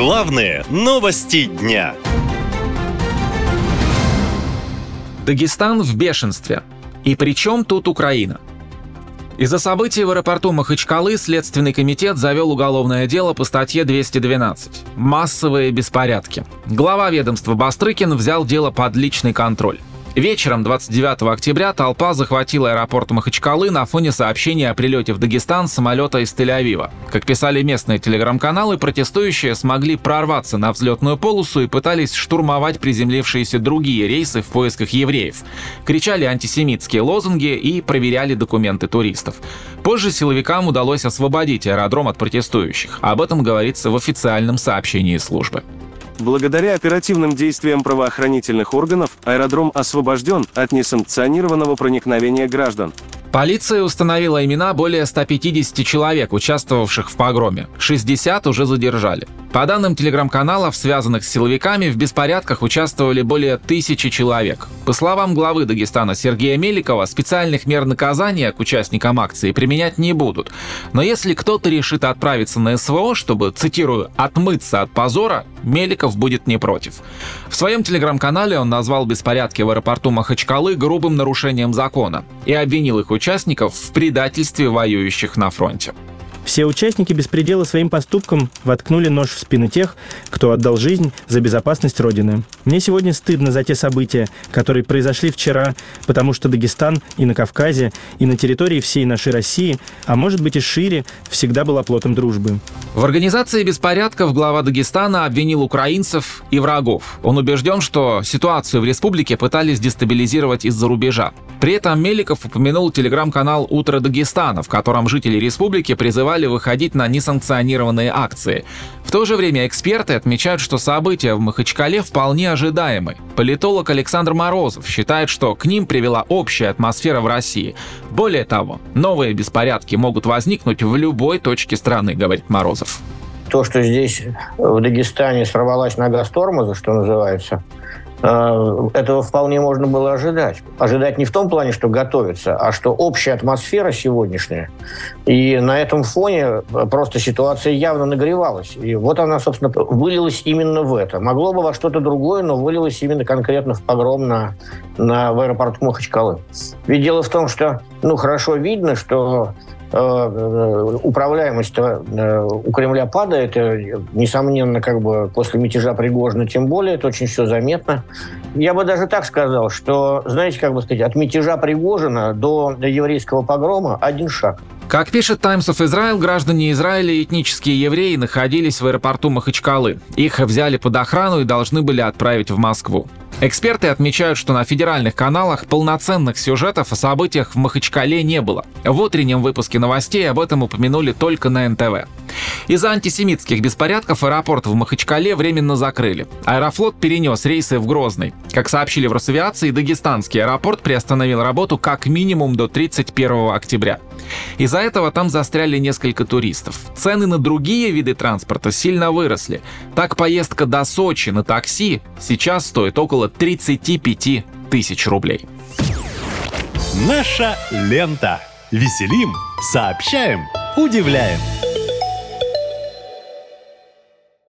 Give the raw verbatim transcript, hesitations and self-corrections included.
Главные новости дня. Дагестан в бешенстве. И при чем тут Украина? Из-за событий в аэропорту Махачкалы Следственный комитет завел уголовное дело по статье двести двенадцать «Массовые беспорядки». Глава ведомства Бастрыкин взял дело под личный контроль. Вечером двадцать девятого октября толпа захватила аэропорт Махачкалы на фоне сообщения о прилете в Дагестан самолета из Тель-Авива. Как писали местные телеграм-каналы, протестующие смогли прорваться на взлетную полосу и пытались штурмовать приземлившиеся другие рейсы в поисках евреев. Кричали антисемитские лозунги и проверяли документы туристов. Позже силовикам удалось освободить аэродром от протестующих. Об этом говорится в официальном сообщении службы. Благодаря оперативным действиям правоохранительных органов аэродром освобожден от несанкционированного проникновения граждан. Полиция установила имена более ста пятидесяти человек, участвовавших в погроме. шестьдесят уже задержали. По данным телеграм-каналов, связанных с силовиками, в беспорядках участвовали более тысячи человек. По словам главы Дагестана Сергея Меликова, специальных мер наказания к участникам акции применять не будут. Но если кто-то решит отправиться на СВО, чтобы, цитирую, «отмыться от позора», Меликов будет не против. В своем телеграм-канале он назвал беспорядки в аэропорту Махачкалы грубым нарушением закона и обвинил их участников в предательстве воюющих на фронте. Все участники беспредела своим поступком воткнули нож в спину тех, кто отдал жизнь за безопасность Родины. Мне сегодня стыдно за те события, которые произошли вчера, потому что Дагестан и на Кавказе, и на территории всей нашей России, а может быть и шире, всегда был оплотом дружбы. В организации беспорядков глава Дагестана обвинил украинцев и врагов. Он убежден, что ситуацию в республике пытались дестабилизировать из-за рубежа. При этом Меликов упомянул телеграм-канал «Утро Дагестана», в котором жители республики призывали выходить на несанкционированные акции. В то же время эксперты отмечают, что события в Махачкале вполне ожидаемы. Политолог Александр Морозов считает, что к ним привела общая атмосфера в России. Более того, новые беспорядки могут возникнуть в любой точке страны, говорит Морозов. То, что здесь в Дагестане сорвалась нога с тормоза, что называется, этого вполне можно было ожидать. Ожидать не в том плане, что готовиться, а что общая атмосфера сегодняшняя. И на этом фоне просто ситуация явно нагревалась. И вот она, собственно, вылилась именно в это. Могло бы во что-то другое, но вылилась именно конкретно в погром на, на, в аэропорту Махачкалы. Ведь дело в том, что ну, хорошо видно, что управляемость у Кремля падает, несомненно, как бы после мятежа Пригожина, тем более, это очень все заметно. Я бы даже так сказал, что, знаете, как бы сказать, от мятежа Пригожина до, до еврейского погрома один шаг. Как пишет Times of Israel, граждане Израиля и этнические евреи находились в аэропорту Махачкалы. Их взяли под охрану и должны были отправить в Москву. Эксперты отмечают, что на федеральных каналах полноценных сюжетов о событиях в Махачкале не было. В утреннем выпуске новостей об этом упомянули только на эн тэ вэ. Из-за антисемитских беспорядков аэропорт в Махачкале временно закрыли. Аэрофлот перенес рейсы в Грозный. Как сообщили в Росавиации, дагестанский аэропорт приостановил работу как минимум до тридцать первого октября. Из-за этого там застряли несколько туристов. Цены на другие виды транспорта сильно выросли. Так, поездка до Сочи на такси сейчас стоит около тридцать пять тысяч рублей. Наша лента. Веселим, сообщаем, удивляем.